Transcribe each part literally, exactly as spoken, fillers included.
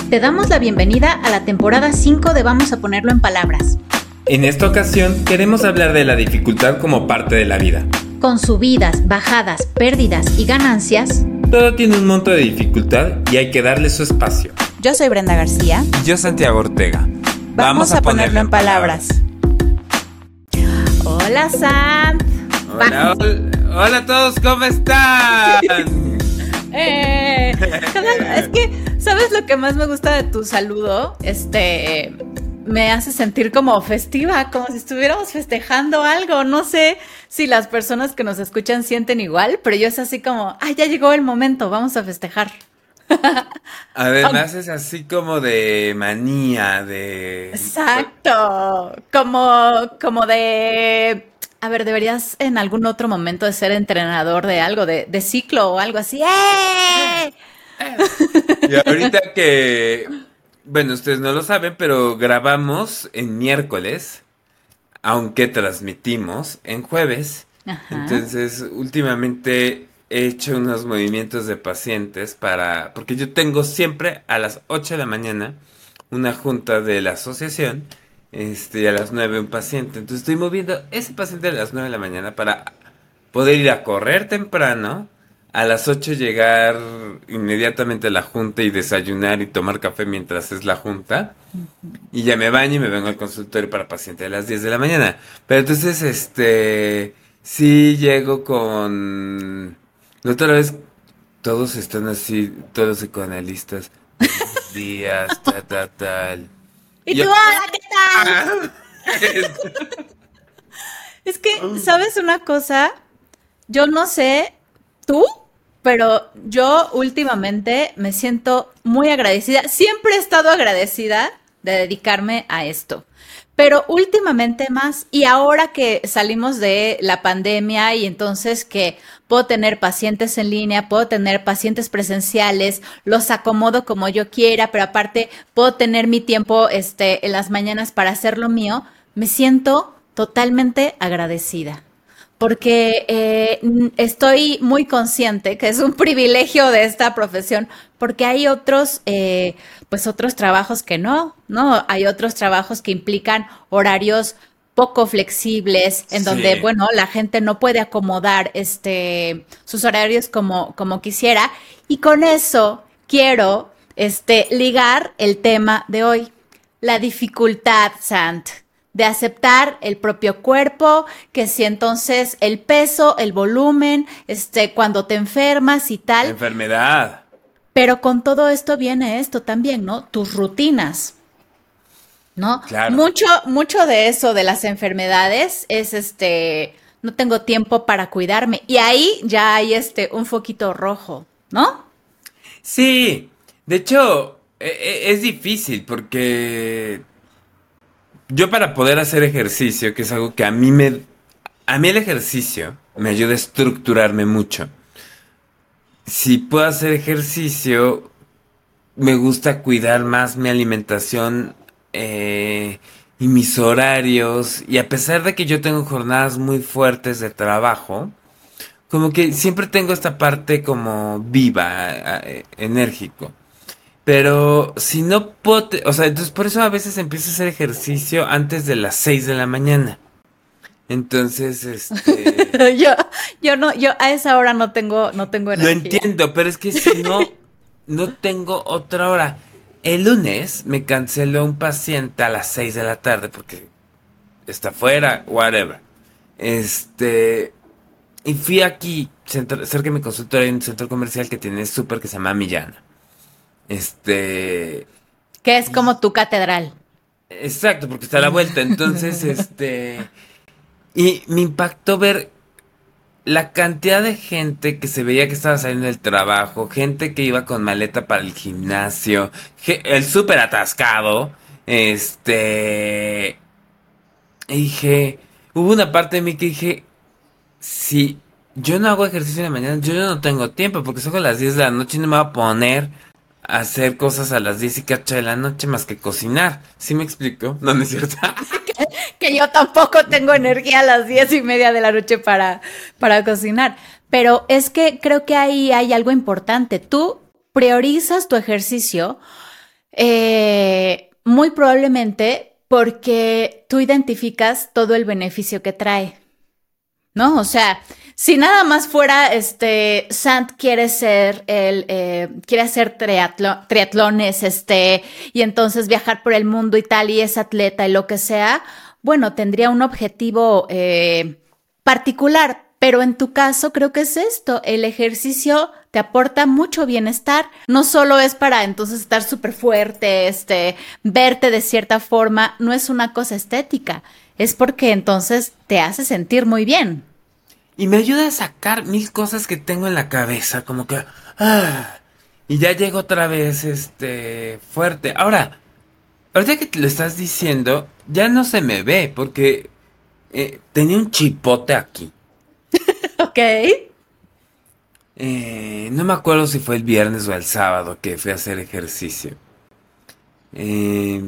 Te damos la bienvenida a la temporada cinco de Vamos a ponerlo en palabras. En esta ocasión queremos hablar de la dificultad como parte de la vida. Con subidas, bajadas, pérdidas y ganancias, todo tiene un monto de dificultad y hay que darle su espacio. Yo soy Brenda García. Y yo Santiago Ortega. Vamos, Vamos a, a ponerlo, ponerlo en palabras. palabras. Hola, Sant. Hola, hola, hola a todos, ¿cómo están? eh, es que, ¿sabes lo que más me gusta de tu saludo? Este... me hace sentir como festiva, como si estuviéramos festejando algo. No sé si las personas que nos escuchan sienten igual, pero yo es así como, ay, ya llegó el momento, vamos a festejar. Además es así como de manía, de... Exacto, como, como de... A ver, deberías en algún otro momento de ser entrenador de algo, de, de ciclo o algo así. ¡Eh! Y ahorita que... Bueno, ustedes no lo saben, pero grabamos en miércoles, aunque transmitimos en jueves. Ajá. Entonces, últimamente he hecho unos movimientos de pacientes para... Porque yo tengo siempre a las ocho de la mañana una junta de la asociación, este, y a las nueve un paciente. Entonces estoy moviendo ese paciente a las nueve de la mañana para poder ir a correr temprano, a las ocho llegar inmediatamente a la junta y desayunar y tomar café mientras es la junta. Uh-huh. Y ya me baño y me vengo al consultorio para paciente a las diez de la mañana. Pero entonces, este, sí llego con... La otra vez todos están así, todos psicoanalistas. Buenos días, ta, ta, tal. ¿Y yo, tú, hola, qué tal? Es que, ¿sabes una cosa? Yo no sé... ¿Tú? Pero yo últimamente me siento muy agradecida. Siempre he estado agradecida de dedicarme a esto. Pero últimamente más, y ahora que salimos de la pandemia y entonces que puedo tener pacientes en línea, puedo tener pacientes presenciales, los acomodo como yo quiera, pero aparte puedo tener mi tiempo este, en las mañanas para hacer lo mío, me siento totalmente agradecida. Porque eh, estoy muy consciente que es un privilegio de esta profesión, porque hay otros, eh, pues otros trabajos que no, ¿no? Hay otros trabajos que implican horarios poco flexibles, en donde, sí. bueno, la gente no puede acomodar este, sus horarios como, como quisiera. Y con eso quiero este, ligar el tema de hoy, la dificultad, Sant, de aceptar el propio cuerpo, que si entonces el peso, el volumen, este, cuando te enfermas y tal. La enfermedad. Pero con todo esto viene esto también, ¿no? Tus rutinas, ¿no? Claro. Mucho, mucho de eso de las enfermedades es este, no tengo tiempo para cuidarme. Y ahí ya hay este, un foquito rojo, ¿no? Sí, de hecho, es difícil porque... Yo para poder hacer ejercicio, que es algo que a mí me... A mí el ejercicio me ayuda a estructurarme mucho. Si puedo hacer ejercicio, me gusta cuidar más mi alimentación eh, y mis horarios. Y a pesar de que yo tengo jornadas muy fuertes de trabajo, como que siempre tengo esta parte como viva, eh, enérgico. Pero si no puedo, te- o sea, entonces por eso a veces empiezo a hacer ejercicio antes de las seis de la mañana. Entonces, este, yo, yo no, yo a esa hora no tengo, no tengo lo energía. entiendo, pero es que si no, no tengo otra hora. El lunes me canceló un paciente a las seis de la tarde porque está fuera, whatever. Este, y fui aquí, centro- cerca de mi consultorio, hay un centro comercial que tiene súper que se llama Millana. Este, Que es como tu catedral. exacto, porque está a la vuelta. Entonces, este, y me impactó ver la cantidad de gente que se veía que estaba saliendo del trabajo, gente que iba con maleta para el gimnasio, ge- el súper atascado, este, y dije, hubo una parte de mí que dije, si yo no hago ejercicio en la mañana, yo no tengo tiempo, porque son las diez de la noche y no me voy a poner a hacer cosas a las diez y cacho de la noche más que cocinar. ¿Sí me explico? No, no es cierto. Que yo tampoco tengo energía a las diez y media de la noche para, para cocinar. Pero es que creo que ahí hay algo importante. Tú priorizas tu ejercicio Eh, muy probablemente porque tú identificas todo el beneficio que trae, ¿no? O sea, si nada más fuera, este, Sant quiere ser el, eh, quiere hacer triatlo- triatlones, este, y entonces viajar por el mundo y tal, y es atleta y lo que sea, bueno, tendría un objetivo eh, particular, pero en tu caso creo que es esto, el ejercicio te aporta mucho bienestar, no solo es para entonces estar súper fuerte, este, verte de cierta forma, no es una cosa estética, es porque entonces te hace sentir muy bien. Y me ayuda a sacar mil cosas que tengo en la cabeza, como que... ah, y ya llego otra vez, este, fuerte. Ahora, ahorita que te lo estás diciendo, ya no se me ve, porque eh, tenía un chipote aquí. Ok. Eh, no me acuerdo si fue el viernes o el sábado que fui a hacer ejercicio. Eh,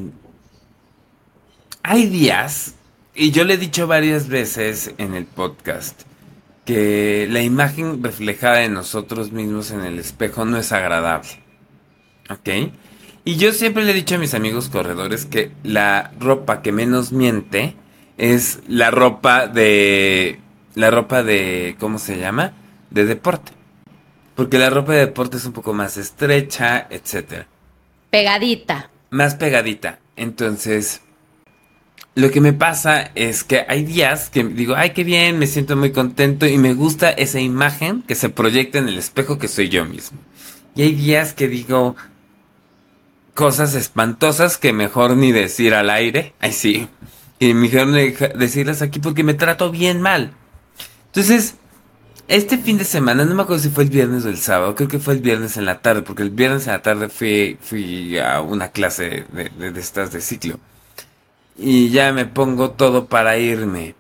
hay días, y yo le he dicho varias veces en el podcast, que la imagen reflejada de nosotros mismos en el espejo no es agradable. ¿Ok? Y yo siempre le he dicho a mis amigos corredores que la ropa que menos miente es la ropa de... La ropa de... ¿Cómo se llama? De deporte. Porque la ropa de deporte es un poco más estrecha, etcétera. Pegadita. Más pegadita. Entonces, lo que me pasa es que hay días que digo, ay, qué bien, me siento muy contento y me gusta esa imagen que se proyecta en el espejo que soy yo mismo. Y hay días que digo cosas espantosas que mejor ni decir al aire. Ay, sí. Y mejor ni deja- decirlas aquí porque me trato bien mal. Entonces, este fin de semana, no me acuerdo si fue el viernes o el sábado, creo que fue el viernes en la tarde, porque el viernes en la tarde fui, fui a una clase de, de, de estas de ciclo. Y ya me pongo todo para irme.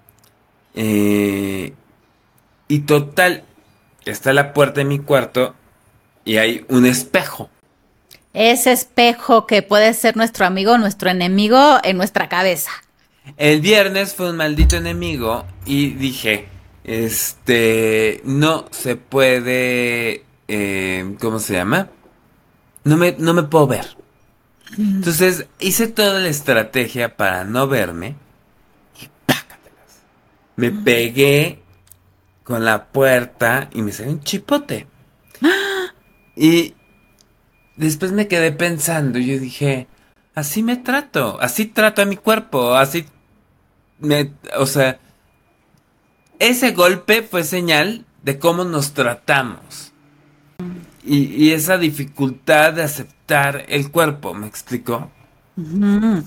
Eh, y total, está la puerta de mi cuarto y hay un espejo. Ese espejo que puede ser nuestro amigo o nuestro enemigo en nuestra cabeza. El viernes fue un maldito enemigo y dije, este, no se puede, eh, ¿cómo se llama? No me, no me puedo ver. Entonces hice toda la estrategia para no verme. Me pegué con la puerta y me salió un chipote. Y después me quedé pensando, yo dije, así me trato, así trato a mi cuerpo, así me, o sea, ese golpe fue señal de cómo nos tratamos. Y, y esa dificultad de aceptar el cuerpo, ¿me explicó? Mm.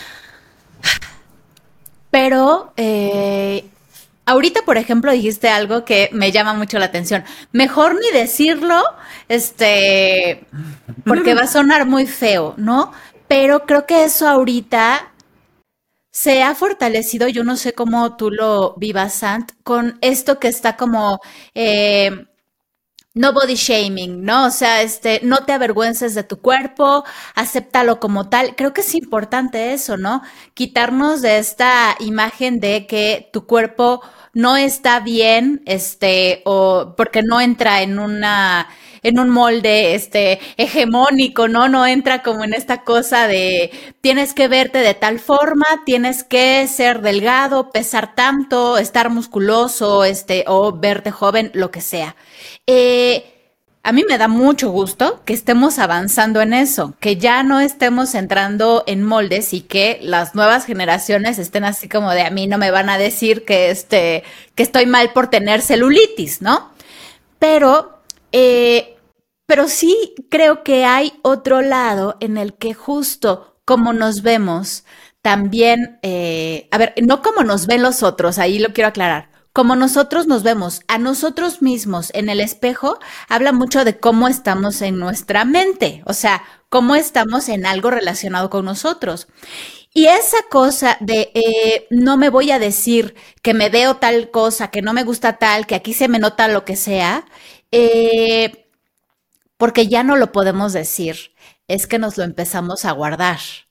Pero eh, ahorita, por ejemplo, dijiste algo que me llama mucho la atención. Mejor ni decirlo, este, porque va a sonar muy feo, ¿no? Pero creo que eso ahorita se ha fortalecido, yo no sé cómo tú lo vivas, Sant, con esto que está como eh, no body shaming, ¿no? O sea, este, no te avergüences de tu cuerpo, acéptalo como tal. Creo que es importante eso, ¿no? Quitarnos de esta imagen de que tu cuerpo no está bien, este, o porque no entra en una, en un molde, este, hegemónico, ¿no? No entra como en esta cosa de tienes que verte de tal forma, tienes que ser delgado, pesar tanto, estar musculoso, este, o verte joven, lo que sea. Eh, a mí me da mucho gusto que estemos avanzando en eso, que ya no estemos entrando en moldes y que las nuevas generaciones estén así como de a mí no me van a decir que, este, que estoy mal por tener celulitis, ¿no? Pero, eh, pero sí creo que hay otro lado en el que justo como nos vemos, también, eh, a ver, no como nos ven los otros, ahí lo quiero aclarar. Como nosotros nos vemos a nosotros mismos en el espejo, habla mucho de cómo estamos en nuestra mente, o sea, cómo estamos en algo relacionado con nosotros. Y esa cosa de eh, no me voy a decir que me veo tal cosa, que no me gusta tal, que aquí se me nota lo que sea, eh, porque ya no lo podemos decir, es que nos lo empezamos a guardar.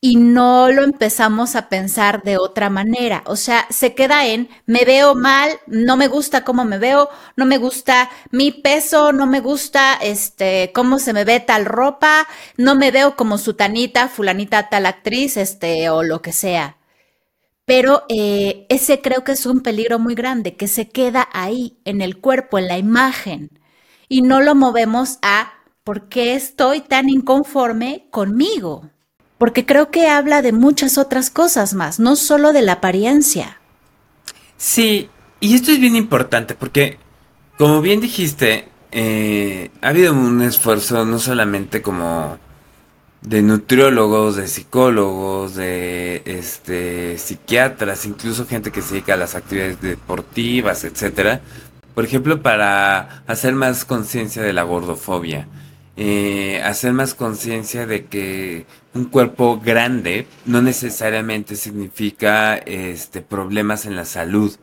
y no lo empezamos a pensar de otra manera. O sea, se queda en me veo mal, no me gusta cómo me veo, no me gusta mi peso, no me gusta este cómo se me ve tal ropa, no me veo como sutanita, fulanita, tal actriz, este, o lo que sea. Pero eh, ese creo que es un peligro muy grande, que se queda ahí, en el cuerpo, en la imagen, y no lo movemos a ¿por qué estoy tan inconforme conmigo? Porque creo que habla de muchas otras cosas más, no solo de la apariencia. Sí, y esto es bien importante porque, como bien dijiste, eh, ha habido un esfuerzo no solamente como de nutriólogos, de psicólogos, de este psiquiatras, incluso gente que se dedica a las actividades deportivas, etcétera. Por ejemplo, para hacer más conciencia de la gordofobia. Eh, hacer más conciencia de que un cuerpo grande no necesariamente significa este problemas en la salud.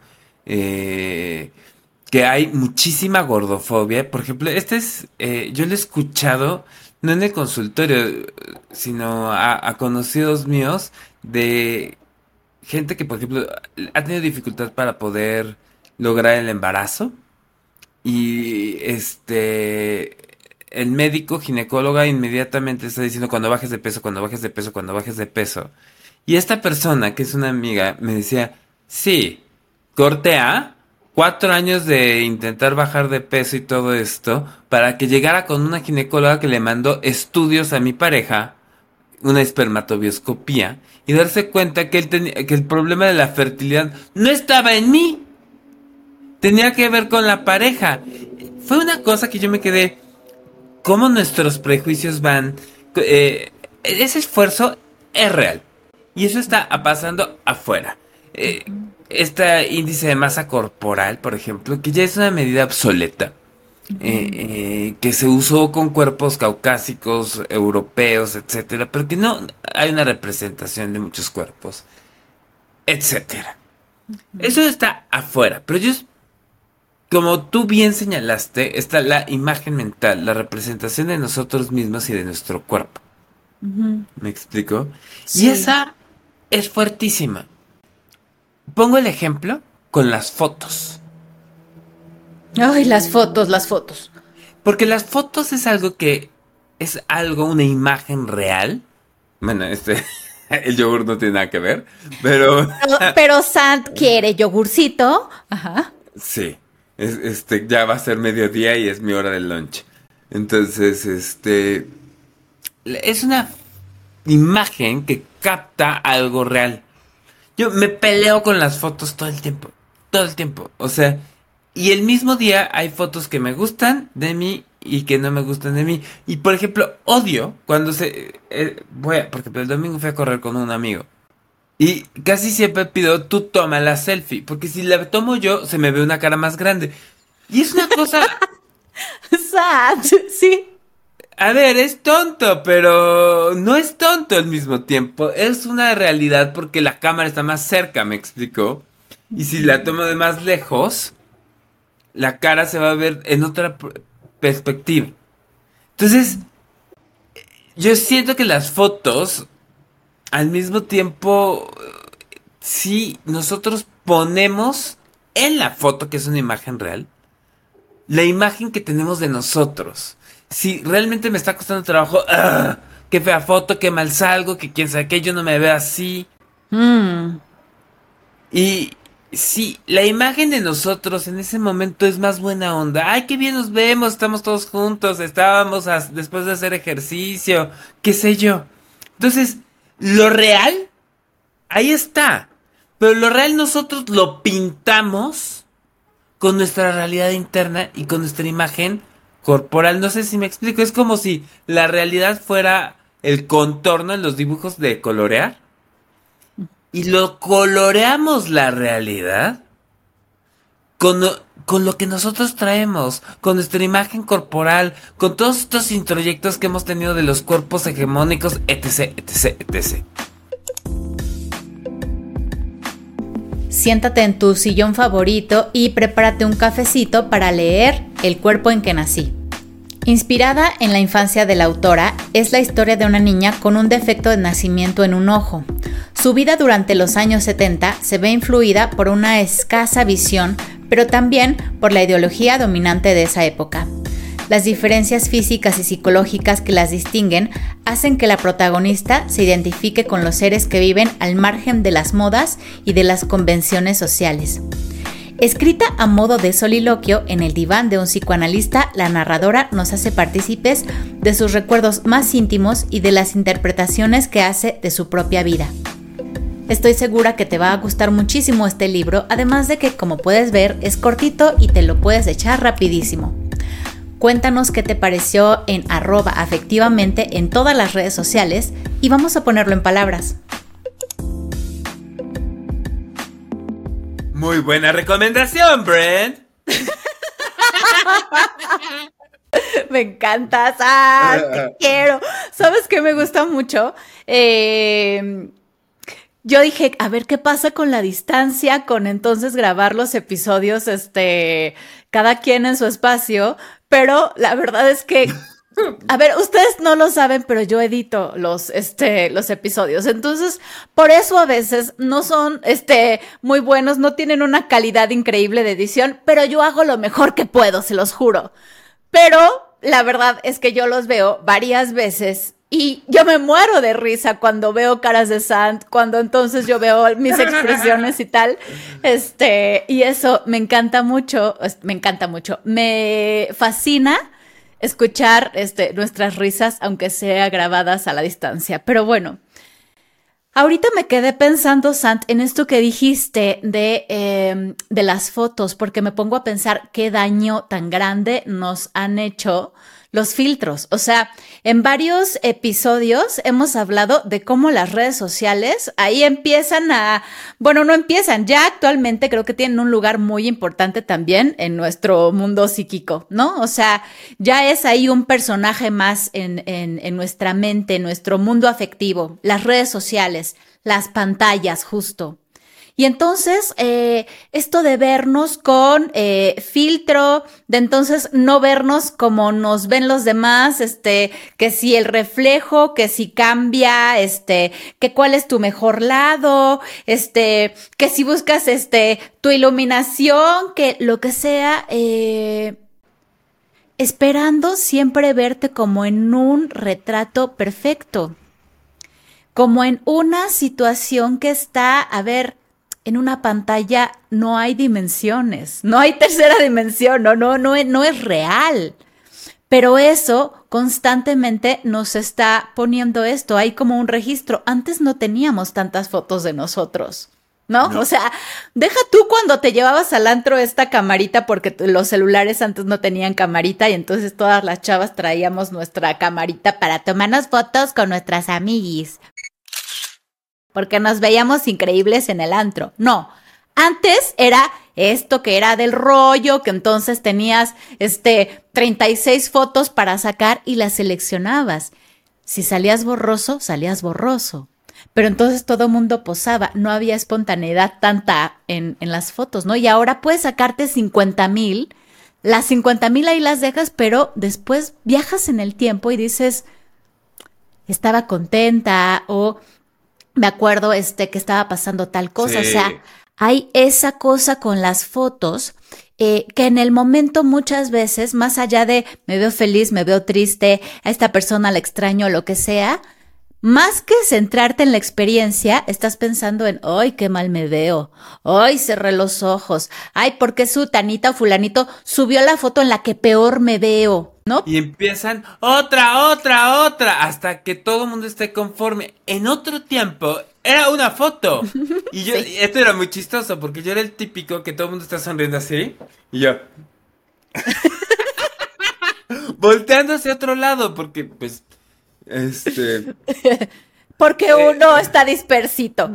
Eh, que hay muchísima gordofobia. Por ejemplo, este es, eh, yo lo he escuchado, no en el consultorio, sino a, a conocidos míos de gente que, por ejemplo, ha tenido dificultad para poder lograr el embarazo. Y este, el médico ginecóloga inmediatamente está diciendo cuando bajes de peso, cuando bajes de peso, cuando bajes de peso. Y esta persona, que es una amiga, me decía, sí, corte A, cuatro años de intentar bajar de peso y todo esto, para que llegara con una ginecóloga que le mandó estudios a mi pareja, una espermatobioscopía, y darse cuenta que, él tenía, que el problema de la fertilidad no estaba en mí. Tenía que ver con la pareja. Fue una cosa que yo me quedé, cómo nuestros prejuicios van. Eh, ese esfuerzo es real. Y eso está pasando afuera. Eh, este índice de masa corporal, por ejemplo, que ya es una medida obsoleta. Eh, eh, que se usó con cuerpos caucásicos, europeos, etcétera. Pero que no hay una representación de muchos cuerpos, etcétera. Eso está afuera. Pero yo... Como tú bien señalaste, está la imagen mental, la representación de nosotros mismos y de nuestro cuerpo. Uh-huh. ¿Me explico? Sí. Y esa es fuertísima. Pongo el ejemplo con las fotos. Ay, las fotos, las fotos. Porque las fotos es algo que es algo, una imagen real. Bueno, este... el yogur no tiene nada que ver, pero... Pero, pero Sant quiere yogurcito. Ajá. Sí. Es, este, ya va a ser mediodía y es mi hora del lunch. Entonces, este... es una imagen que capta algo real. Yo me peleo con las fotos todo el tiempo. Todo el tiempo. O sea, y el mismo día hay fotos que me gustan de mí y que no me gustan de mí. Y, por ejemplo, odio cuando se... Eh, voy a, porque el domingo fui a correr con un amigo. Y casi siempre pido, tú toma la selfie. Porque si la tomo yo, se me ve una cara más grande. Y es una cosa... Sad, sí. A ver, es tonto, pero no es tonto al mismo tiempo. Es una realidad porque la cámara está más cerca, ¿me explico? Y si la tomo de más lejos, la cara se va a ver en otra perspectiva. Entonces, yo siento que las fotos... al mismo tiempo, si nosotros ponemos en la foto, que es una imagen real, la imagen que tenemos de nosotros. Si realmente me está costando trabajo, ¡ah! Qué fea foto, qué mal salgo, que quién sabe qué, yo no me veo así. Mm. Y si la imagen de nosotros en ese momento es más buena onda, ¡ay, qué bien nos vemos! Estamos todos juntos, estábamos a, después de hacer ejercicio, qué sé yo. Entonces... lo real, ahí está. Pero lo real nosotros lo pintamos con nuestra realidad interna y con nuestra imagen corporal. No sé si me explico. Es como si la realidad fuera el contorno en los dibujos de colorear. Y lo coloreamos la realidad con, con lo que nosotros traemos, con nuestra imagen corporal, con todos estos introyectos que hemos tenido de los cuerpos hegemónicos, etc, etc, etcétera. Siéntate en tu sillón favorito y prepárate un cafecito para leer El cuerpo en que nací. Inspirada en la infancia de la autora, es la historia de una niña con un defecto de nacimiento en un ojo. Su vida durante los años setenta se ve influida por una escasa visión, pero también por la ideología dominante de esa época. Las diferencias físicas y psicológicas que las distinguen hacen que la protagonista se identifique con los seres que viven al margen de las modas y de las convenciones sociales. Escrita a modo de soliloquio en el diván de un psicoanalista, la narradora nos hace partícipes de sus recuerdos más íntimos y de las interpretaciones que hace de su propia vida. Estoy segura que te va a gustar muchísimo este libro, además de que, como puedes ver, es cortito y te lo puedes echar rapidísimo. Cuéntanos qué te pareció en arroba afectivamente en todas las redes sociales y vamos a ponerlo en palabras. Muy buena recomendación, Brent. Me encantas, ah, te quiero. ¿Sabes qué me gusta mucho? Eh, yo dije, a ver qué pasa con la distancia, con entonces grabar los episodios, este, cada quien en su espacio, pero la verdad es que, a ver, ustedes no lo saben, pero yo edito los, este, los episodios, entonces, por eso a veces no son, este, muy buenos, no tienen una calidad increíble de edición, pero yo hago lo mejor que puedo, se los juro. Pero la verdad es que yo los veo varias veces y yo me muero de risa cuando veo caras de Sant, cuando entonces yo veo mis expresiones y tal, este, y eso me encanta mucho, me encanta mucho, me fascina escuchar este, nuestras risas, aunque sea grabadas a la distancia. Pero bueno, ahorita me quedé pensando, Sant, en esto que dijiste de, eh, de las fotos, porque me pongo a pensar qué daño tan grande nos han hecho los filtros. O sea, en varios episodios hemos hablado de cómo las redes sociales ahí empiezan a, bueno, no empiezan, ya actualmente creo que tienen un lugar muy importante también en nuestro mundo psíquico, ¿no? O sea, ya es ahí un personaje más en, en, en nuestra mente, en nuestro mundo afectivo, las redes sociales, las pantallas, justo. Y entonces, eh, esto de vernos con eh, filtro, de entonces no vernos como nos ven los demás, este, que si el reflejo, que si cambia, este, que cuál es tu mejor lado, este, que si buscas, este, tu iluminación, que lo que sea, eh, esperando siempre verte como en un retrato perfecto, como en una situación que está, a ver, en una pantalla no hay dimensiones, no hay tercera dimensión, no, no, no, no es real. Pero eso constantemente nos está poniendo esto, hay como un registro. Antes no teníamos tantas fotos de nosotros, ¿no? No. O sea, deja tú cuando te llevabas al antro esta camarita, porque los celulares antes no tenían camarita y entonces todas las chavas traíamos nuestra camarita para tomarnos fotos con nuestras amiguis. Porque nos veíamos increíbles en el antro. No, antes era esto que era del rollo, que entonces tenías este treinta y seis fotos para sacar y las seleccionabas. Si salías borroso, salías borroso. Pero entonces todo el mundo posaba, no había espontaneidad tanta en, en las fotos, ¿no? Y ahora puedes sacarte cincuenta mil, las cincuenta mil ahí las dejas, pero después viajas en el tiempo y dices, estaba contenta o... me acuerdo este, que estaba pasando tal cosa, sí. O sea, hay esa cosa con las fotos eh, que en el momento muchas veces, más allá de me veo feliz, me veo triste, a esta persona la extraño, lo que sea, más que centrarte en la experiencia, estás pensando en, ¡ay, qué mal me veo! ¡Ay, cerré los ojos! ¡Ay, por qué su tanita o fulanito subió la foto en la que peor me veo! ¿No? Y empiezan otra, otra, otra, hasta que todo el mundo esté conforme. En otro tiempo era una foto. Y yo, sí. Esto era muy chistoso, porque yo era el típico que todo el mundo está sonriendo así. Y yo... volteando hacia otro lado, porque pues... Este... porque uno eh, está dispersito.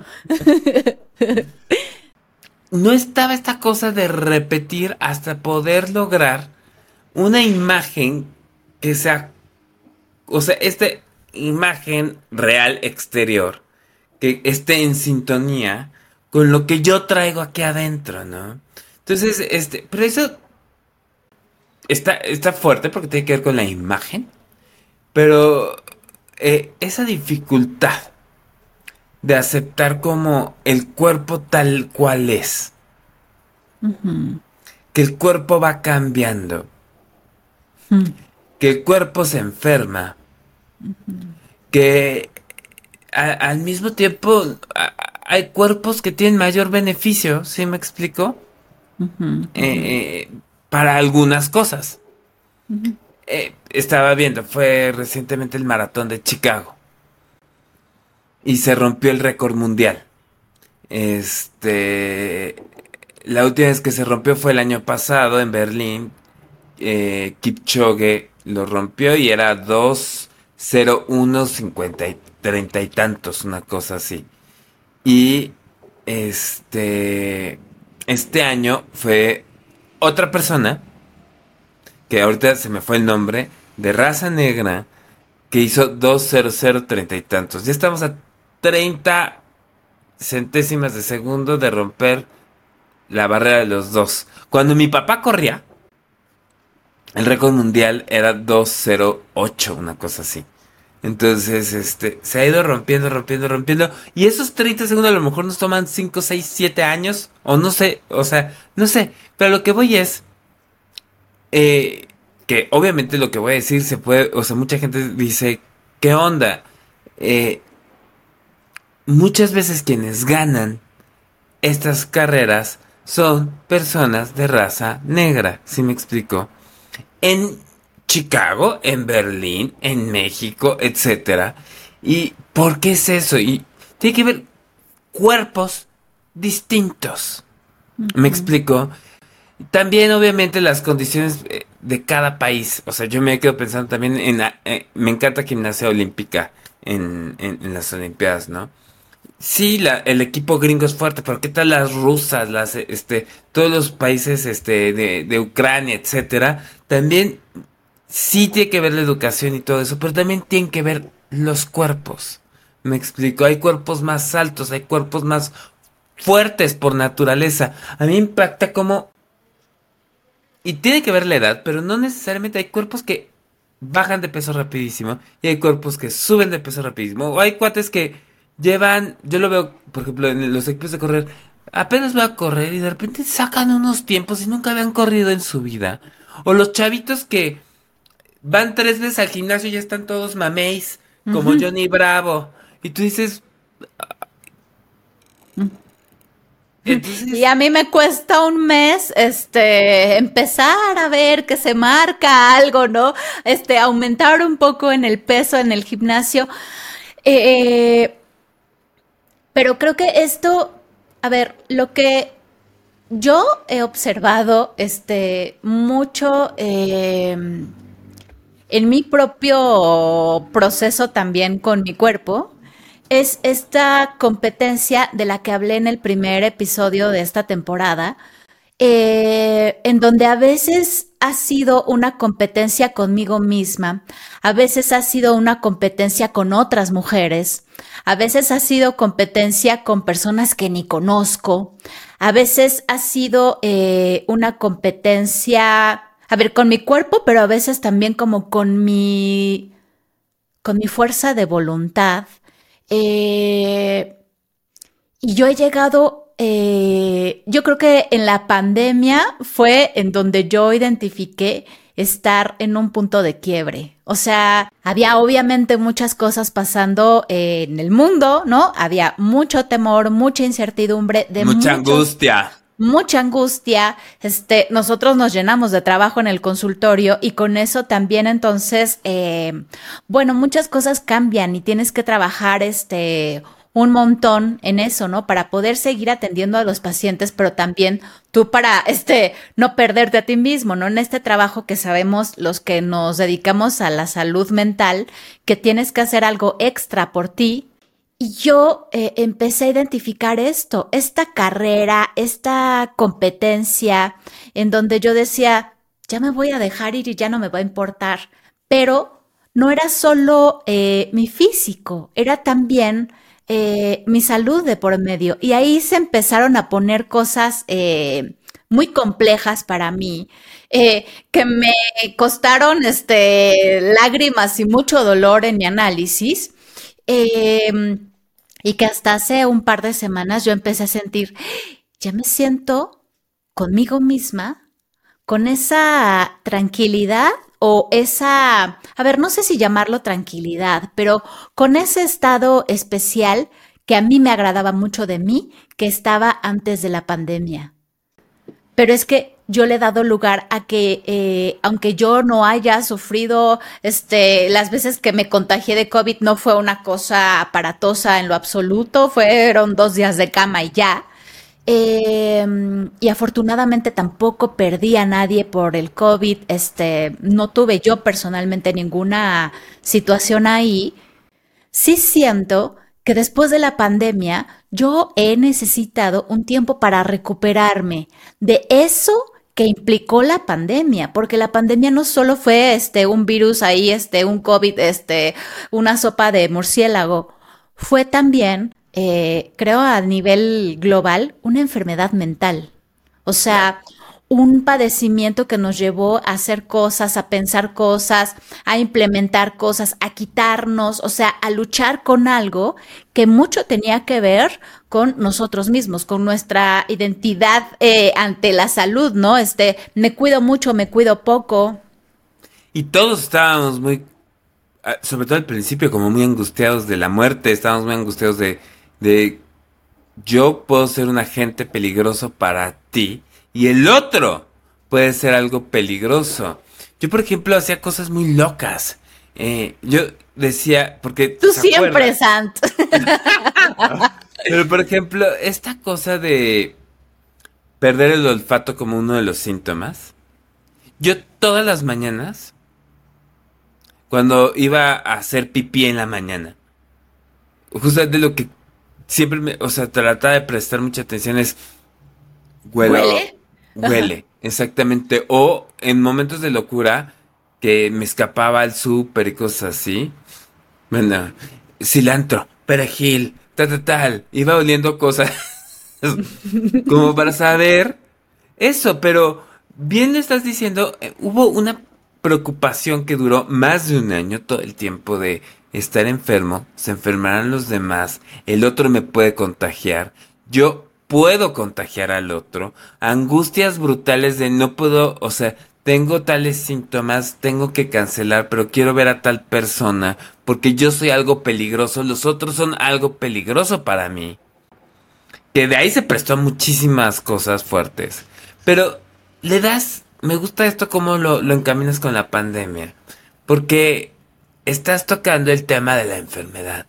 No estaba esta cosa de repetir hasta poder lograr una imagen que sea, o sea, esta imagen real exterior, que esté en sintonía con lo que yo traigo aquí adentro, ¿no? Entonces, este, pero eso está, está fuerte porque tiene que ver con la imagen, pero eh, esa dificultad de aceptar como el cuerpo tal cual es, Ujú, que el cuerpo va cambiando, ujú, que el cuerpo se enferma, que a- al mismo tiempo a- a- hay cuerpos que tienen mayor beneficio, ¿sí me explico? ujú, ujú, Eh, eh, para algunas cosas. ujú. Eh, estaba viendo, fue recientemente el maratón de Chicago y se rompió el récord mundial. Este, la última vez que se rompió fue el año pasado en Berlín. Eh, Kipchoge lo rompió y era dos cero uno cincuenta y treinta y tantos, una cosa así. Y este, este año fue otra persona, que ahorita se me fue el nombre, de raza negra, que hizo dos cero cero treinta y tantos. Ya estamos a treinta centésimas de segundo de romper la barrera de los dos. Cuando mi papá corría, el récord mundial era dos cero ocho, una cosa así. Entonces, este, se ha ido rompiendo, rompiendo, rompiendo. Y esos treinta segundos a lo mejor nos toman cinco, seis, siete años. O no sé, o sea, no sé. Pero lo que voy es, eh, que obviamente lo que voy a decir se puede, o sea, mucha gente dice, ¿qué onda? Eh, muchas veces quienes ganan estas carreras son personas de raza negra, ¿sí me explico? En Chicago, en Berlín, en México, etcétera. ¿Y por qué es eso? Y tiene que ver cuerpos distintos. ¿Me explico? También, obviamente, las condiciones eh, de cada país. O sea, yo me quedo pensando también en... la- eh, me encanta gimnasia olímpica en, en, en las Olimpiadas, ¿no? Sí, la, el equipo gringo es fuerte, pero ¿qué tal las rusas, las, eh, este, todos los países, este, de, de Ucrania, etcétera? También sí tiene que ver la educación y todo eso, pero también tienen que ver los cuerpos. Me explico, hay cuerpos más altos, hay cuerpos más fuertes por naturaleza. A mí me impacta como... Y tiene que ver la edad, pero no necesariamente hay cuerpos que bajan de peso rapidísimo y hay cuerpos que suben de peso rapidísimo. O hay cuates que llevan, yo lo veo, por ejemplo, en los equipos de correr, apenas voy a correr y de repente sacan unos tiempos y nunca habían corrido en su vida. O los chavitos que van tres veces al gimnasio y ya están todos mameis, como Ujú. Johnny Bravo. Y tú dices, Y entonces, a mí me cuesta un mes, este, empezar a ver que se marca algo, ¿no? Este, aumentar un poco en el peso en el gimnasio. Eh, pero creo que esto, a ver, lo que yo he observado, este, mucho eh, en mi propio proceso también con mi cuerpo, es esta competencia de la que hablé en el primer episodio de esta temporada, eh, en donde a veces ha sido una competencia conmigo misma, a veces ha sido una competencia con otras mujeres, a veces ha sido competencia con personas que ni conozco, a veces ha sido eh, una competencia, a ver, con mi cuerpo, pero a veces también como con mi, con mi fuerza de voluntad. Eh, y yo he llegado, eh, yo creo que en la pandemia fue en donde yo identifiqué estar en un punto de quiebre. O sea, había obviamente muchas cosas pasando eh, en el mundo, ¿no? Había mucho temor, mucha incertidumbre de mucha muchos angustia. mucha angustia. Este, nosotros nos llenamos de trabajo en el consultorio y con eso también entonces, eh, bueno, muchas cosas cambian y tienes que trabajar este un montón en eso, ¿no? Para poder seguir atendiendo a los pacientes, pero también tú para este no perderte a ti mismo, ¿no? En este trabajo que sabemos los que nos dedicamos a la salud mental, que tienes que hacer algo extra por ti. Y yo eh, empecé a identificar esto, esta carrera, esta competencia, en donde yo decía, ya me voy a dejar ir y ya no me va a importar. Pero no era solo eh, mi físico, era también eh, mi salud de por medio. Y ahí se empezaron a poner cosas eh, muy complejas para mí, eh, que me costaron este, lágrimas y mucho dolor en mi análisis, eh, y que hasta hace un par de semanas yo empecé a sentir, ya me siento conmigo misma, con esa tranquilidad o esa, a ver, no sé si llamarlo tranquilidad, pero con ese estado especial que a mí me agradaba mucho de mí, que estaba antes de la pandemia. Pero es que yo le he dado lugar a que, eh, aunque yo no haya sufrido, este, las veces que me contagié de COVID no fue una cosa aparatosa en lo absoluto, fueron dos días de cama y ya. Eh, y afortunadamente tampoco perdí a nadie por el COVID, este, no tuve yo personalmente ninguna situación ahí. Sí siento que después de la pandemia yo he necesitado un tiempo para recuperarme de eso que implicó la pandemia, porque la pandemia no solo fue este un virus ahí, este un COVID, este una sopa de murciélago, fue también, eh, creo a nivel global, una enfermedad mental. O sea, un padecimiento que nos llevó a hacer cosas, a pensar cosas, a implementar cosas, a quitarnos, o sea, a luchar con algo que mucho tenía que ver con nosotros mismos, con nuestra identidad eh, ante la salud, ¿no? Este, me cuido mucho, me cuido poco. Y todos estábamos muy, ah, sobre todo al principio, como muy angustiados de la muerte, estábamos muy angustiados de, de yo puedo ser un agente peligroso para ti y el otro puede ser algo peligroso. Yo, por ejemplo, hacía cosas muy locas. Eh, yo decía, porque... Tú ¿se siempre, acuerdan? Sant. Pero, por ejemplo, esta cosa de perder el olfato como uno de los síntomas. Yo todas las mañanas, cuando iba a hacer pipí en la mañana, justo de lo que siempre me, o sea, trataba de prestar mucha atención es huelo, ¿Huele? huele, exactamente. O en momentos de locura que me escapaba al súper y cosas así. Bueno, cilantro, perejil, tal, tal, tal. Iba oliendo cosas como para saber eso, pero bien le estás diciendo, eh, hubo una preocupación que duró más de un año, todo el tiempo de estar enfermo, se enfermarán los demás, el otro me puede contagiar, yo puedo contagiar al otro, angustias brutales de no puedo, o sea, tengo tales síntomas, tengo que cancelar, pero quiero ver a tal persona, porque yo soy algo peligroso, los otros son algo peligroso para mí. Que de ahí se prestó a muchísimas cosas fuertes. Pero le das, me gusta esto como lo, lo encaminas con la pandemia. Porque estás tocando el tema de la enfermedad.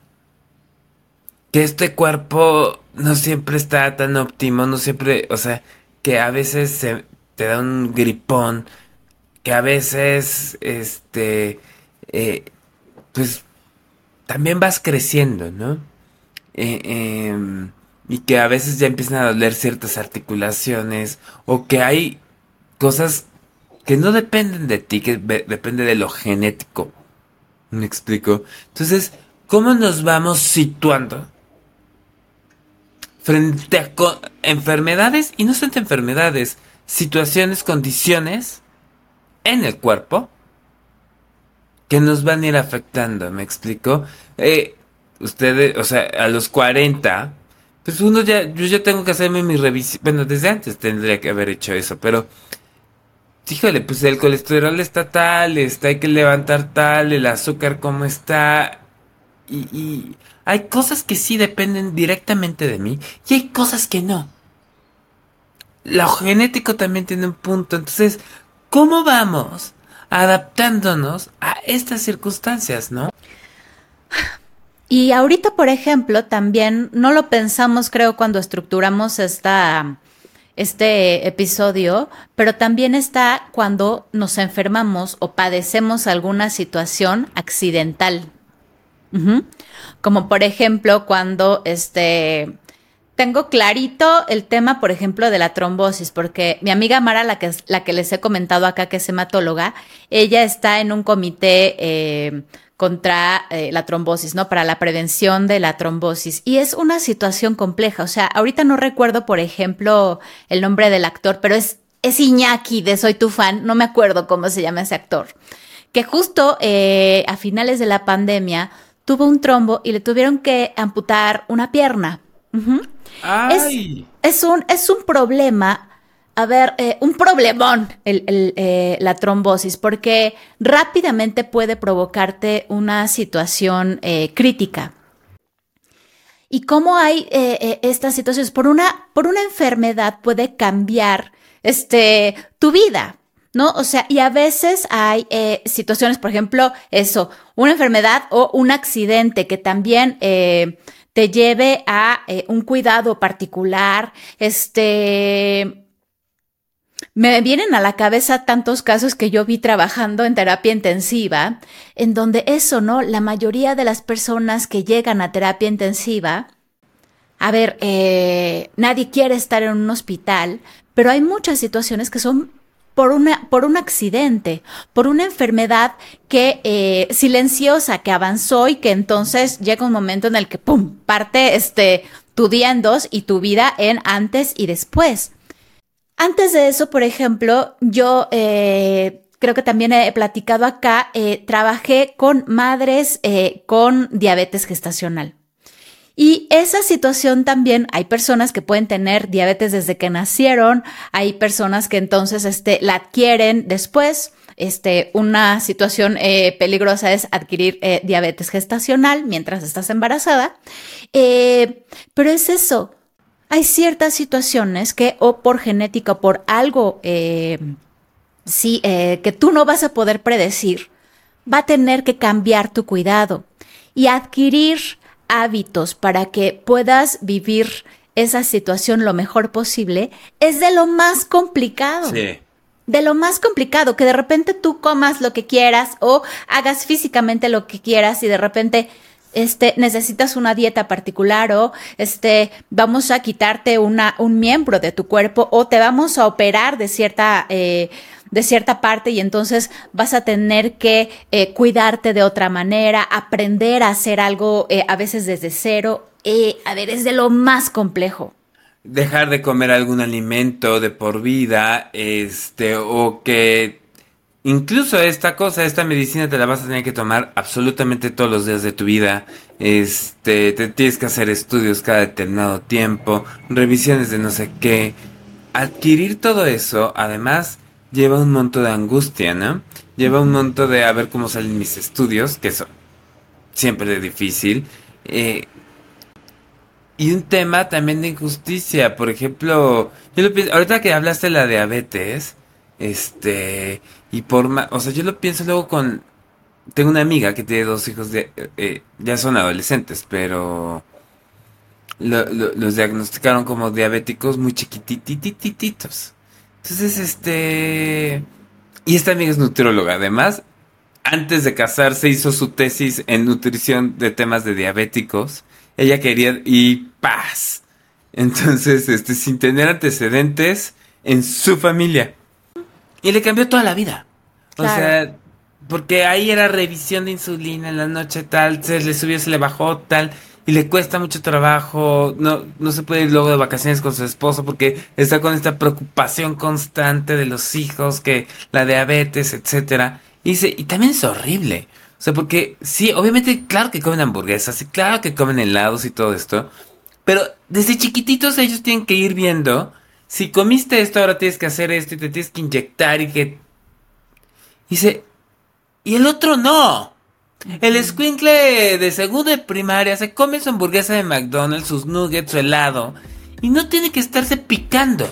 Que este cuerpo no siempre está tan óptimo, no siempre, o sea, que a veces se, te da un gripón, que a veces, este, eh, pues también vas creciendo, ¿no? Eh, eh, y que a veces ya empiezan a doler ciertas articulaciones, o que hay cosas que no dependen de ti, que be- depende de lo genético. ¿Me explico? Entonces, ¿cómo nos vamos situando frente a co- enfermedades, y no son enfermedades, situaciones, condiciones en el cuerpo que nos van a ir afectando? ¿Me explico? Eh, ustedes, o sea, a los cuarenta, pues uno ya, yo ya tengo que hacerme mi revisión. Bueno, desde antes tendría que haber hecho eso, pero híjole, pues el colesterol está tal, está, hay que levantar tal, el azúcar cómo está. Y, y hay cosas que sí dependen directamente de mí y hay cosas que no. Lo genético también tiene un punto. Entonces, ¿cómo vamos adaptándonos a estas circunstancias, no? Y ahorita, por ejemplo, también no lo pensamos, creo, cuando estructuramos esta, este episodio, pero también está cuando nos enfermamos o padecemos alguna situación accidental. Ujú. Como por ejemplo, cuando este tengo clarito el tema, por ejemplo, de la trombosis, porque mi amiga Mara, la que, la que les he comentado acá, que es hematóloga, ella está en un comité eh, contra eh, la trombosis, ¿no? Para la prevención de la trombosis. Y es una situación compleja. O sea, ahorita no recuerdo, por ejemplo, el nombre del actor, pero es, es Iñaki de Soy Tu Fan, no me acuerdo cómo se llama ese actor, que justo eh, a finales de la pandemia tuvo un trombo y le tuvieron que amputar una pierna. Uh-huh. ¡Ay! Es, es, un, es un problema, a ver, eh, un problemón el, el, eh, la trombosis, porque rápidamente puede provocarte una situación eh, crítica. ¿Y cómo hay eh, eh, estas situaciones? Por una, por una enfermedad puede cambiar este, tu vida, ¿no? O sea, y a veces hay eh, situaciones, por ejemplo, eso, una enfermedad o un accidente que también eh, te lleve a eh, un cuidado particular. Este, me vienen a la cabeza tantos casos que yo vi trabajando en terapia intensiva, en donde eso, ¿no? La mayoría de las personas que llegan a terapia intensiva, a ver, eh, nadie quiere estar en un hospital, pero hay muchas situaciones que son por una, por un accidente, por una enfermedad que eh, silenciosa, que avanzó y que entonces llega un momento en el que ¡pum! Parte este, tu día en dos y tu vida en antes y después. Antes de eso, por ejemplo, yo eh, creo que también he platicado acá, eh, trabajé con madres eh, con diabetes gestacional. Y esa situación también, hay personas que pueden tener diabetes desde que nacieron, hay personas que entonces este, la adquieren después. Este, una situación eh, peligrosa es adquirir eh, diabetes gestacional mientras estás embarazada. Eh, pero es eso, hay ciertas situaciones que o por genética o por algo eh, sí, eh, que tú no vas a poder predecir, va a tener que cambiar tu cuidado y adquirir hábitos para que puedas vivir esa situación lo mejor posible, es de lo más complicado. Sí. De lo más complicado, que de repente tú comas lo que quieras o hagas físicamente lo que quieras y de repente este, necesitas una dieta particular o este, vamos a quitarte una, un miembro de tu cuerpo o te vamos a operar de cierta eh, de cierta parte y entonces vas a tener que eh, cuidarte de otra manera, aprender a hacer algo eh, a veces desde cero. Eh, a ver, es de lo más complejo. Dejar de comer algún alimento de por vida, este, o que incluso esta cosa, esta medicina te la vas a tener que tomar absolutamente todos los días de tu vida. Este, te tienes que hacer estudios cada determinado tiempo, revisiones de no sé qué. Adquirir todo eso, además, lleva un monto de angustia, ¿no? Lleva un monto de a ver cómo salen mis estudios, que eso siempre es difícil. Eh, y un tema también de injusticia. Por ejemplo, yo lo pienso, ahorita que hablaste de la diabetes, este, y por más, o sea, yo lo pienso luego con, tengo una amiga que tiene dos hijos de, eh, ya son adolescentes, pero lo, lo, los diagnosticaron como diabéticos muy chiquitititititos. Entonces, este... Y esta amiga es nutrióloga. Además, antes de casarse hizo su tesis en nutrición de temas de diabéticos. Ella quería... Y paz. Entonces, este, sin tener antecedentes en su familia. Y le cambió toda la vida. Claro. O sea, porque ahí era revisión de insulina en la noche, tal. Se le subió, se le bajó, tal. Y le cuesta mucho trabajo, no, no se puede ir luego de vacaciones con su esposo porque está con esta preocupación constante de los hijos, que la diabetes, etcétera. Y dice, y también es horrible. O sea, porque sí, obviamente, claro que comen hamburguesas, y claro que comen helados y todo esto. Pero desde chiquititos ellos tienen que ir viendo, si comiste esto, ahora tienes que hacer esto y te tienes que inyectar y que... Y dice, y el otro no. El escuincle de segundo de primaria se come su hamburguesa de McDonald's, sus nuggets, su helado, y no tiene que estarse picando.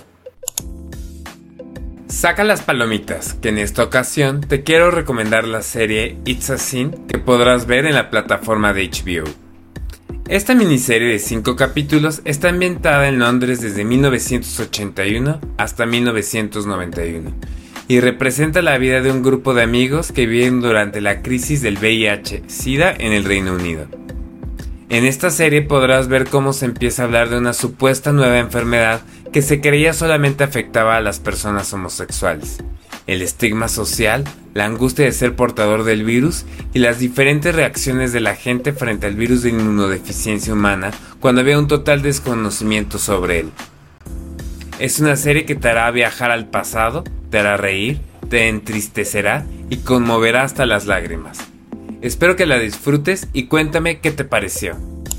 Saca las palomitas, que en esta ocasión te quiero recomendar la serie It's a Sin que podrás ver en la plataforma de H B O. Esta miniserie de cinco capítulos está ambientada en Londres desde mil novecientos ochenta y uno hasta mil novecientos noventa y uno. Y representa la vida de un grupo de amigos que viven durante la crisis del V I H SIDA en el Reino Unido. En esta serie podrás ver cómo se empieza a hablar de una supuesta nueva enfermedad que se creía solamente afectaba a las personas homosexuales. El estigma social, la angustia de ser portador del virus y las diferentes reacciones de la gente frente al virus de inmunodeficiencia humana cuando había un total desconocimiento sobre él. Es una serie que te hará viajar al pasado, te hará reír, te entristecerá y conmoverá hasta las lágrimas. Espero que la disfrutes y cuéntame qué te pareció.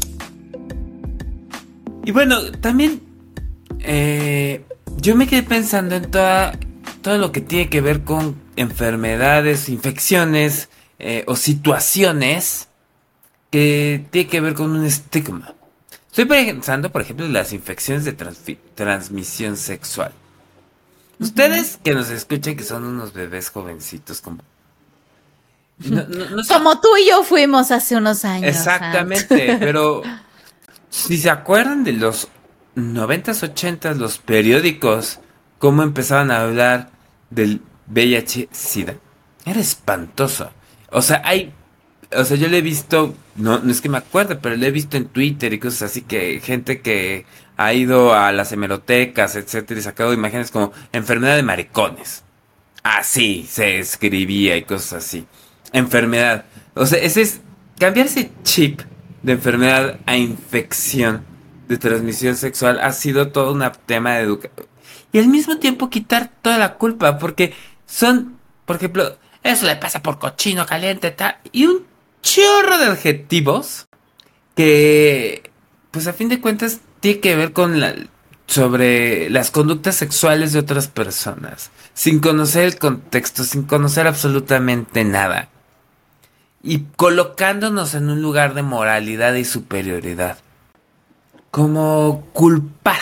Y bueno, también eh, yo me quedé pensando en toda, todo lo que tiene que ver con enfermedades, infecciones eh, o situaciones que tiene que ver con un estigma. Estoy pensando, por ejemplo, en las infecciones de transfi- transmisión sexual. Uh-huh. Ustedes que nos escuchan, que son unos bebés jovencitos como... No, no, no sé. Como tú y yo fuimos hace unos años. Exactamente, ¿eh? Pero si se acuerdan de los noventas, ochentas, los periódicos, cómo empezaban a hablar del V I H SIDA, era espantoso. O sea, hay, o sea, yo le he visto, no, no es que me acuerde, pero le he visto en Twitter y cosas así, que gente que ha ido a las hemerotecas, etcétera, y sacado imágenes como enfermedad de maricones. Así se escribía y cosas así. Enfermedad. O sea, ese es cambiar ese chip de enfermedad a infección de transmisión sexual ha sido todo un tema de educación. Y al mismo tiempo quitar toda la culpa, porque son, por ejemplo, eso le pasa por cochino, caliente, tal, y un chorro de adjetivos que, pues a fin de cuentas, tiene que ver con la, sobre las conductas sexuales de otras personas, sin conocer el contexto, sin conocer absolutamente nada. Y colocándonos en un lugar de moralidad y superioridad. Como culpar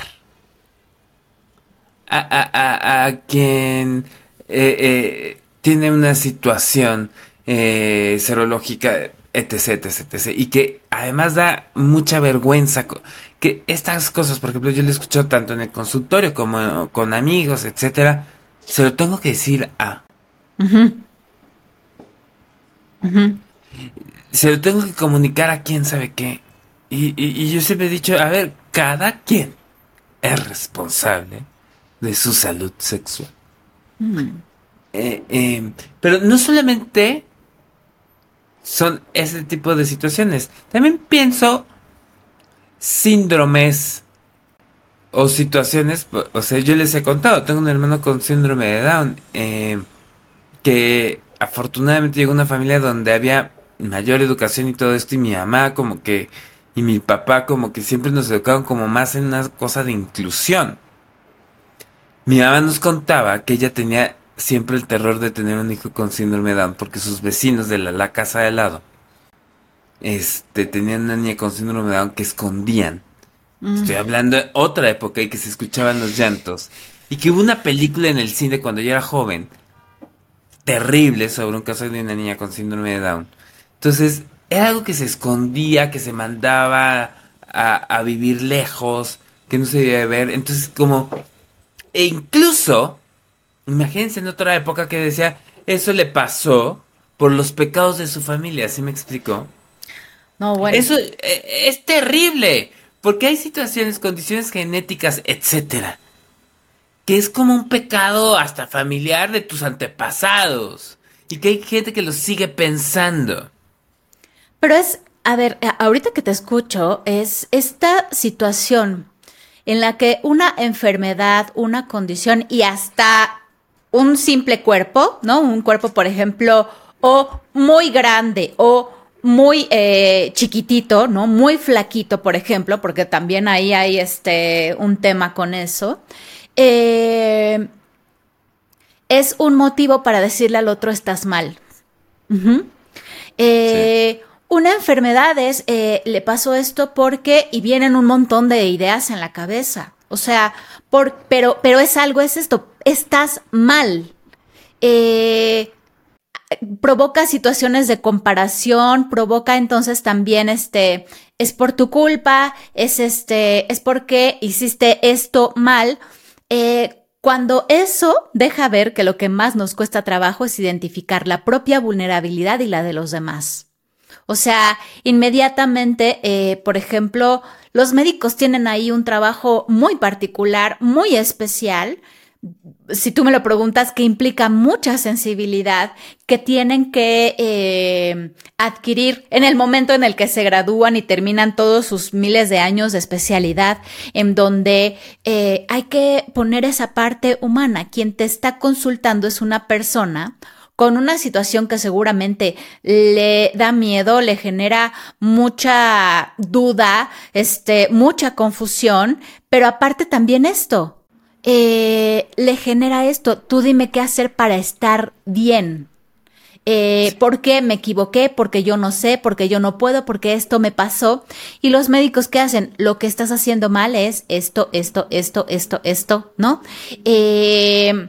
a, a, a, a quien eh, eh, tiene una situación eh, serológica, etc, etc, etc. Y que además da mucha vergüenza. Que estas cosas, por ejemplo, yo lo he escuchado tanto en el consultorio como con amigos, etcétera. Se lo tengo que decir a... Uh-huh. Uh-huh. Se lo tengo que comunicar a quién sabe qué. Y, y, y yo siempre he dicho, a ver, cada quien es responsable de su salud sexual. Mm. Eh, eh, pero no solamente son ese tipo de situaciones. También pienso síndromes o situaciones. O sea, yo les he contado, tengo un hermano con síndrome de Down. Eh, que afortunadamente llegó a una familia donde había mayor educación y todo esto, y mi mamá como que, y mi papá como que siempre nos educaron como más en una cosa de inclusión. Mi mamá nos contaba que ella tenía siempre el terror de tener un hijo con síndrome de Down, porque sus vecinos de la, la casa de al lado, este, tenían una niña con síndrome de Down que escondían. Mm. Estoy hablando de otra época y que se escuchaban los llantos. Y que hubo una película en el cine cuando yo era joven, terrible, sobre un caso de una niña con síndrome de Down. Entonces, era algo que se escondía, que se mandaba a, a vivir lejos, que no se debía ver. Entonces, como... E incluso, imagínense en otra época que decía, eso le pasó por los pecados de su familia, ¿sí me explicó? No, bueno. Eso eh, es terrible, porque hay situaciones, condiciones genéticas, etcétera, que es como un pecado hasta familiar de tus antepasados. Y que hay gente que lo sigue pensando. Pero es, a ver, ahorita que te escucho, es esta situación en la que una enfermedad, una condición y hasta un simple cuerpo, ¿no? Un cuerpo, por ejemplo, o muy grande o muy eh, chiquitito, ¿no? Muy flaquito, por ejemplo, porque también ahí hay este un tema con eso. Eh, es un motivo para decirle al otro estás mal. Uh-huh. Eh, sí. Una enfermedad es, eh, le pasó esto porque, y vienen un montón de ideas en la cabeza. O sea, por, pero, pero es algo, es esto, estás mal. Eh, provoca situaciones de comparación, provoca entonces también este, es por tu culpa, es este, es porque hiciste esto mal. Eh, cuando eso deja ver que lo que más nos cuesta trabajo es identificar la propia vulnerabilidad y la de los demás. O sea, inmediatamente, eh, por ejemplo, los médicos tienen ahí un trabajo muy particular, muy especial. Si tú me lo preguntas, que implica mucha sensibilidad, que tienen que eh, adquirir en el momento en el que se gradúan y terminan todos sus miles de años de especialidad, en donde eh, hay que poner esa parte humana. Quien te está consultando es una persona con una situación que seguramente le da miedo, le genera mucha duda, este, mucha confusión, pero aparte también esto. Eh, le genera esto, tú dime qué hacer para estar bien. Eh, ¿Por qué me equivoqué? Porque yo no sé, porque yo no puedo, porque esto me pasó. Y los médicos, ¿qué hacen? Lo que estás haciendo mal es esto, esto, esto, esto, esto, ¿no? Eh...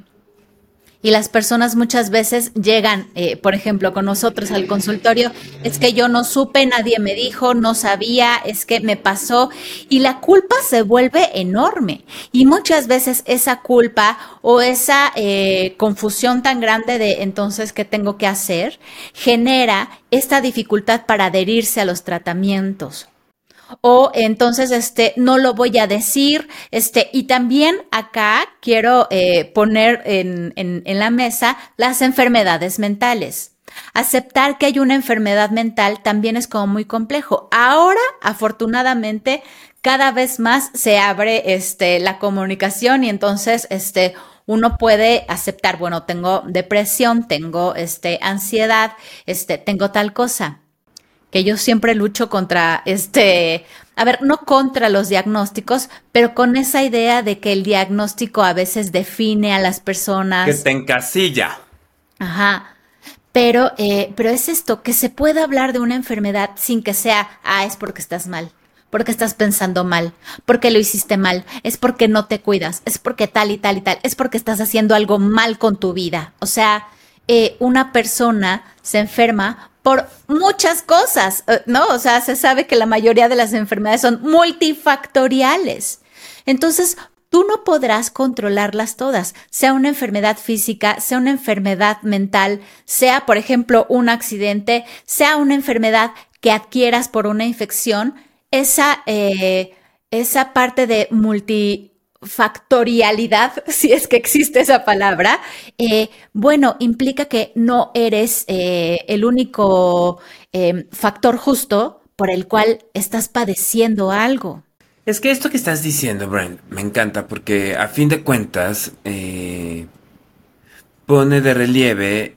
Y las personas muchas veces llegan, eh, por ejemplo, con nosotros al consultorio, es que yo no supe, nadie me dijo, no sabía, es que me pasó, y la culpa se vuelve enorme. Y muchas veces esa culpa o esa eh, confusión tan grande de entonces qué tengo que hacer, genera esta dificultad para adherirse a los tratamientos. O entonces, este, no lo voy a decir, este, y también acá quiero eh, poner en, en, en la mesa las enfermedades mentales. Aceptar que hay una enfermedad mental también es como muy complejo. Ahora, afortunadamente, cada vez más se abre, este, la comunicación y entonces, este, uno puede aceptar, bueno, tengo depresión, tengo, este, ansiedad, este, tengo tal cosa. Que yo siempre lucho contra este, a ver, no contra los diagnósticos, pero con esa idea de que el diagnóstico a veces define a las personas. Que te encasilla. Ajá. Pero, eh, pero es esto, que se puede hablar de una enfermedad sin que sea, ah, es porque estás mal, porque estás pensando mal, porque lo hiciste mal, es porque no te cuidas, es porque tal y tal y tal, es porque estás haciendo algo mal con tu vida. O sea, eh, una persona se enferma por muchas cosas, ¿no? O sea, se sabe que la mayoría de las enfermedades son multifactoriales. Entonces, tú no podrás controlarlas todas, sea una enfermedad física, sea una enfermedad mental, sea, por ejemplo, un accidente, sea una enfermedad que adquieras por una infección. Esa, eh, esa parte de multi factorialidad, si es que existe esa palabra, eh, bueno, implica que no eres eh, el único eh, factor justo por el cual estás padeciendo algo. Es que esto que estás diciendo, Brent, me encanta porque a fin de cuentas eh, pone de relieve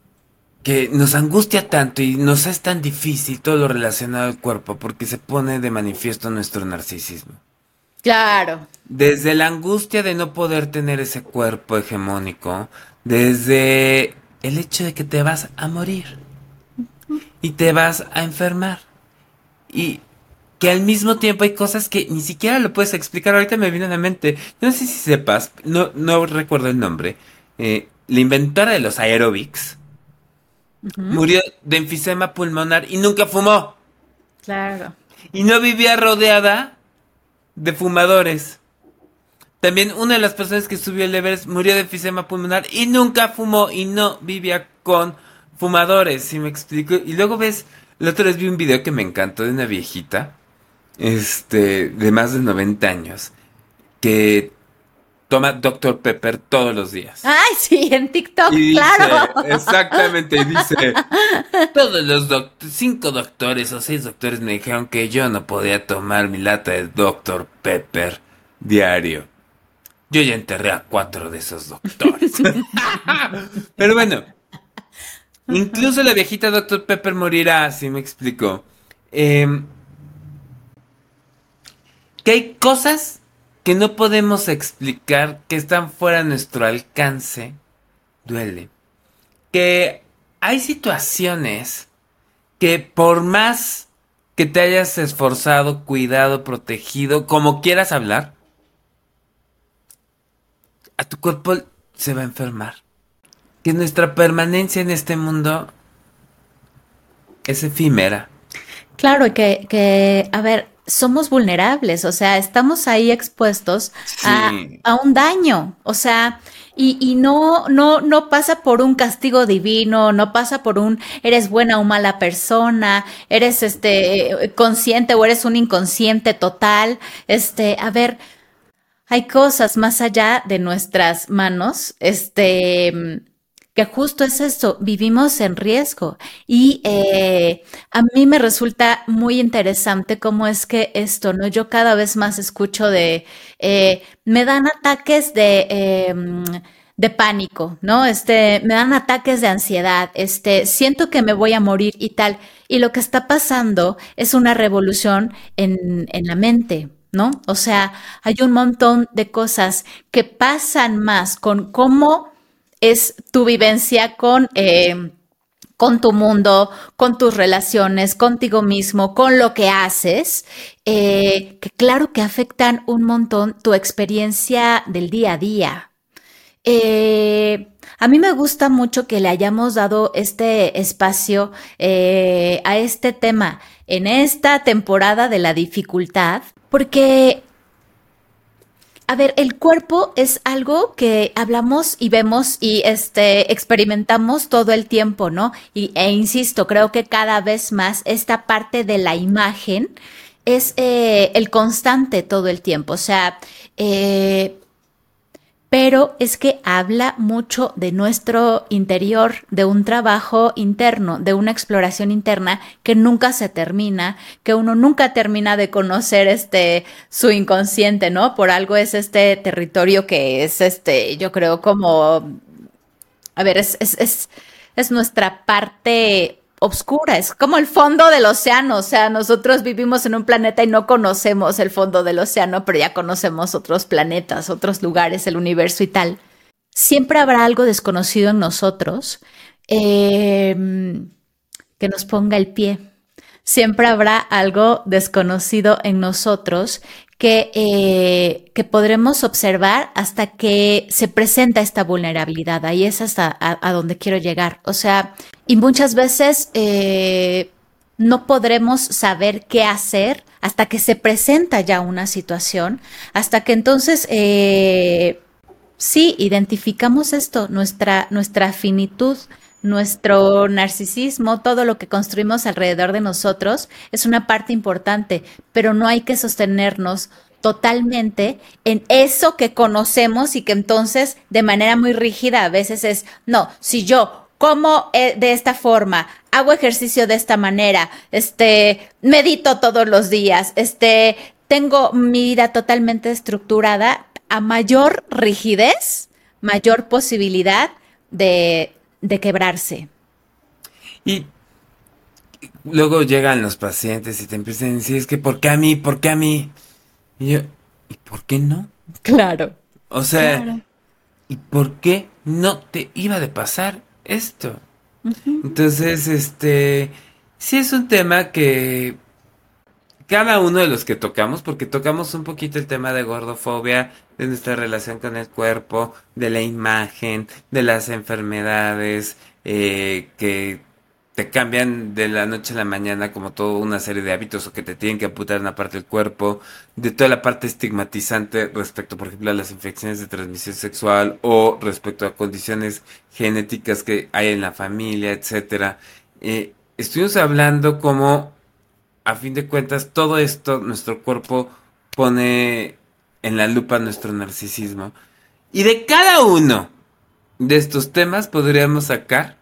que nos angustia tanto y nos es tan difícil todo lo relacionado al cuerpo porque se pone de manifiesto nuestro narcisismo. Claro. Desde la angustia de no poder tener ese cuerpo hegemónico, desde el hecho de que te vas a morir y te vas a enfermar y que al mismo tiempo hay cosas que ni siquiera lo puedes explicar. Ahorita me viene a la mente, no sé si sepas, no, no recuerdo el nombre, eh, la inventora de los aeróbics uh-huh. murió de enfisema pulmonar y nunca fumó. Claro. Y no vivía rodeada de fumadores. También una de las personas que subió el Everest murió de enfisema pulmonar y nunca fumó y no vivía con fumadores, ¿sí me explico? Y luego ves, la otra vez vi un video que me encantó de una viejita, este, de más de noventa años, que toma doctor Pepper todos los días. Ay, sí, en TikTok, y dice, claro. Exactamente, y dice, todos los doctores, cinco doctores o seis doctores me dijeron que yo no podía tomar mi lata de doctor Pepper diario. Yo ya enterré a cuatro de esos doctores. Pero bueno, incluso la viejita doctor Pepper morirá, así me explicó. Eh, que hay cosas que no podemos explicar, que están fuera de nuestro alcance. Duele. Que hay situaciones que por más que te hayas esforzado, cuidado, protegido, como quieras hablar, a tu cuerpo se va a enfermar. Que nuestra permanencia en este mundo es efímera. Claro, que, que, a ver, somos vulnerables, o sea, estamos ahí expuestos sí. a, a un daño, o sea, y, y no, no, no pasa por un castigo divino, no pasa por un eres buena o mala persona, eres este consciente o eres un inconsciente total, este, a ver, hay cosas más allá de nuestras manos, este, que justo es esto, vivimos en riesgo. Y eh, a mí me resulta muy interesante cómo es que esto, ¿no? Yo cada vez más escucho de, eh, me dan ataques de, eh, de pánico, ¿no? Este, me dan ataques de ansiedad, este, siento que me voy a morir y tal. Y lo que está pasando es una revolución en, en la mente, ¿no? O sea, hay un montón de cosas que pasan más con cómo es tu vivencia con, eh, con tu mundo, con tus relaciones, contigo mismo, con lo que haces, eh, que claro que afectan un montón tu experiencia del día a día. Eh, a mí me gusta mucho que le hayamos dado este espacio eh, a este tema en esta temporada de la dificultad, porque a ver, el cuerpo es algo que hablamos y vemos y este experimentamos todo el tiempo, ¿no? Y, e insisto, creo que cada vez más esta parte de la imagen es eh, el constante todo el tiempo. O sea, eh, pero es que habla mucho de nuestro interior, de un trabajo interno, de una exploración interna que nunca se termina, que uno nunca termina de conocer este su inconsciente, ¿no? Por algo es este territorio que es este, yo creo como, a ver, es, es, es, es nuestra parte obscura, es como el fondo del océano, o sea, nosotros vivimos en un planeta y no conocemos el fondo del océano, pero ya conocemos otros planetas, otros lugares, el universo y tal. Siempre habrá algo desconocido en nosotros eh, que nos ponga el pie. Siempre habrá algo desconocido en nosotros que, eh, que podremos observar hasta que se presenta esta vulnerabilidad. Ahí es hasta a, a donde quiero llegar. O sea, y muchas veces eh, no podremos saber qué hacer hasta que se presenta ya una situación, hasta que entonces eh, sí identificamos esto, nuestra, nuestra finitud, nuestro narcisismo, todo lo que construimos alrededor de nosotros es una parte importante, pero no hay que sostenernos totalmente en eso que conocemos y que entonces de manera muy rígida a veces es, no, si yo como de esta forma, hago ejercicio de esta manera, este, medito todos los días, este, tengo mi vida totalmente estructurada, a mayor rigidez, mayor posibilidad de de quebrarse. Y luego llegan los pacientes y te empiezan a decir, es que ¿por qué a mí? ¿Por qué a mí? Y yo, ¿y por qué no? Claro. O sea, claro. ¿y por qué no te iba de pasar esto? Uh-huh. Entonces, este, sí es un tema que cada uno de los que tocamos, porque tocamos un poquito el tema de gordofobia, de nuestra relación con el cuerpo, de la imagen, de las enfermedades eh, que te cambian de la noche a la mañana como toda una serie de hábitos o que te tienen que amputar una parte del cuerpo, de toda la parte estigmatizante respecto, por ejemplo, a las infecciones de transmisión sexual o respecto a condiciones genéticas que hay en la familia, etcétera. Eh, estuvimos hablando como, a fin de cuentas, todo esto, nuestro cuerpo pone en la lupa nuestro narcisismo. Y de cada uno de estos temas podríamos sacar...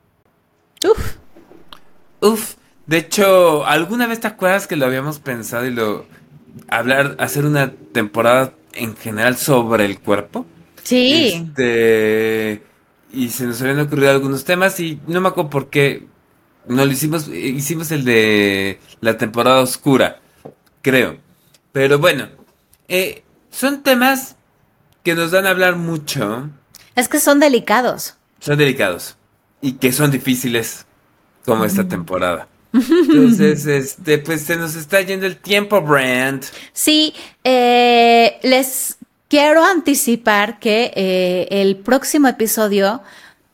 Uf. Uf. De hecho, ¿alguna vez te acuerdas que lo habíamos pensado y lo... hablar, hacer una temporada en general sobre el cuerpo? Sí. Este... Y se nos habían ocurrido algunos temas y no me acuerdo por qué... No lo hicimos, hicimos el de la temporada oscura, creo. Pero bueno, eh, son temas que nos dan a hablar mucho. Es que son delicados. Son delicados. Y que son difíciles, como esta mm. temporada. Entonces, este, pues se nos está yendo el tiempo, Brand. Sí, eh, les quiero anticipar que eh, el próximo episodio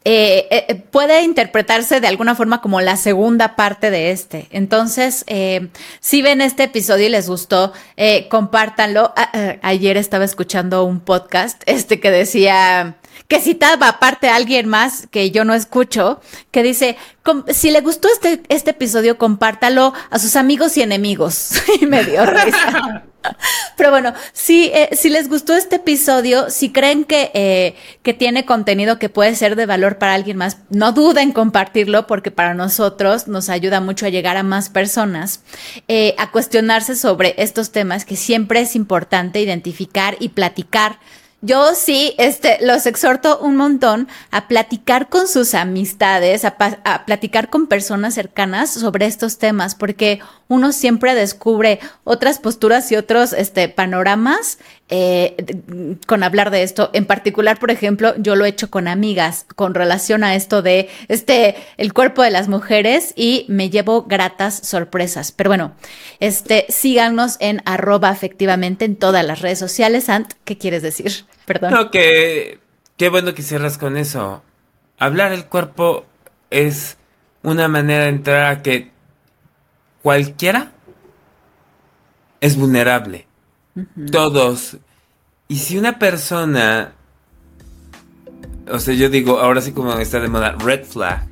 eh, eh, puede interpretarse de alguna forma como la segunda parte de este. Entonces, eh, si ven este episodio y les gustó, eh, compártanlo. A- a- ayer estaba escuchando un podcast este que decía que citaba aparte a alguien más que yo no escucho, que dice, com- si le gustó este, este episodio, compártalo a sus amigos y enemigos. Y me dio risa. Pero bueno, si, eh, si les gustó este episodio, si creen que, eh, que tiene contenido que puede ser de valor para alguien más, no duden en compartirlo porque para nosotros nos ayuda mucho a llegar a más personas, eh, a cuestionarse sobre estos temas que siempre es importante identificar y platicar. Yo sí, este, los exhorto un montón a platicar con sus amistades, a, pa- a platicar con personas cercanas sobre estos temas, porque uno siempre descubre otras posturas y otros, este, panoramas eh, d- con hablar de esto. En particular, por ejemplo, yo lo he hecho con amigas con relación a esto de, este, el cuerpo de las mujeres y me llevo gratas sorpresas. Pero bueno, este, síganos en arroba efectivamente en todas las redes sociales. Ant, ¿qué quieres decir? Perdón. No, que qué bueno que cierras con eso. Hablar el cuerpo es una manera de entrar a que cualquiera es vulnerable. Todos. Y si una persona, o sea, yo digo, ahora sí como está de moda, red flag,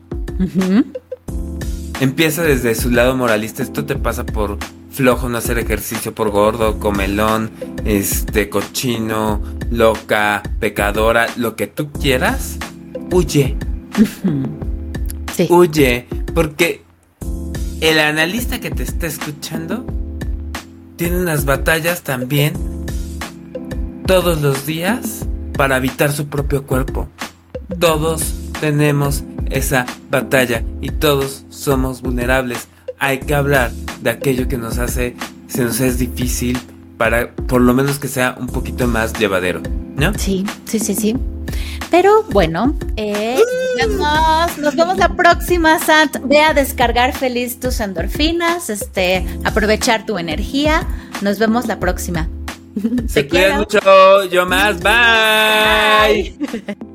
empieza desde su lado moralista. Esto te pasa por flojo, no hacer ejercicio, por gordo, comelón, este, cochino, loca, pecadora, lo que tú quieras, huye. Sí. Huye, porque el analista que te está escuchando tiene unas batallas también todos los días para habitar su propio cuerpo. Todos tenemos esa batalla y todos somos vulnerables. Hay que hablar de aquello que nos hace, se nos es difícil, para por lo menos que sea un poquito más llevadero, ¿no? Sí, sí, sí, sí. Pero bueno, eh, nos vemos, nos vemos la próxima, Sant. Ve a descargar feliz tus endorfinas, este, aprovechar tu energía. Nos vemos la próxima. Se Te cuidan quiero. mucho, yo más, bye. Bye.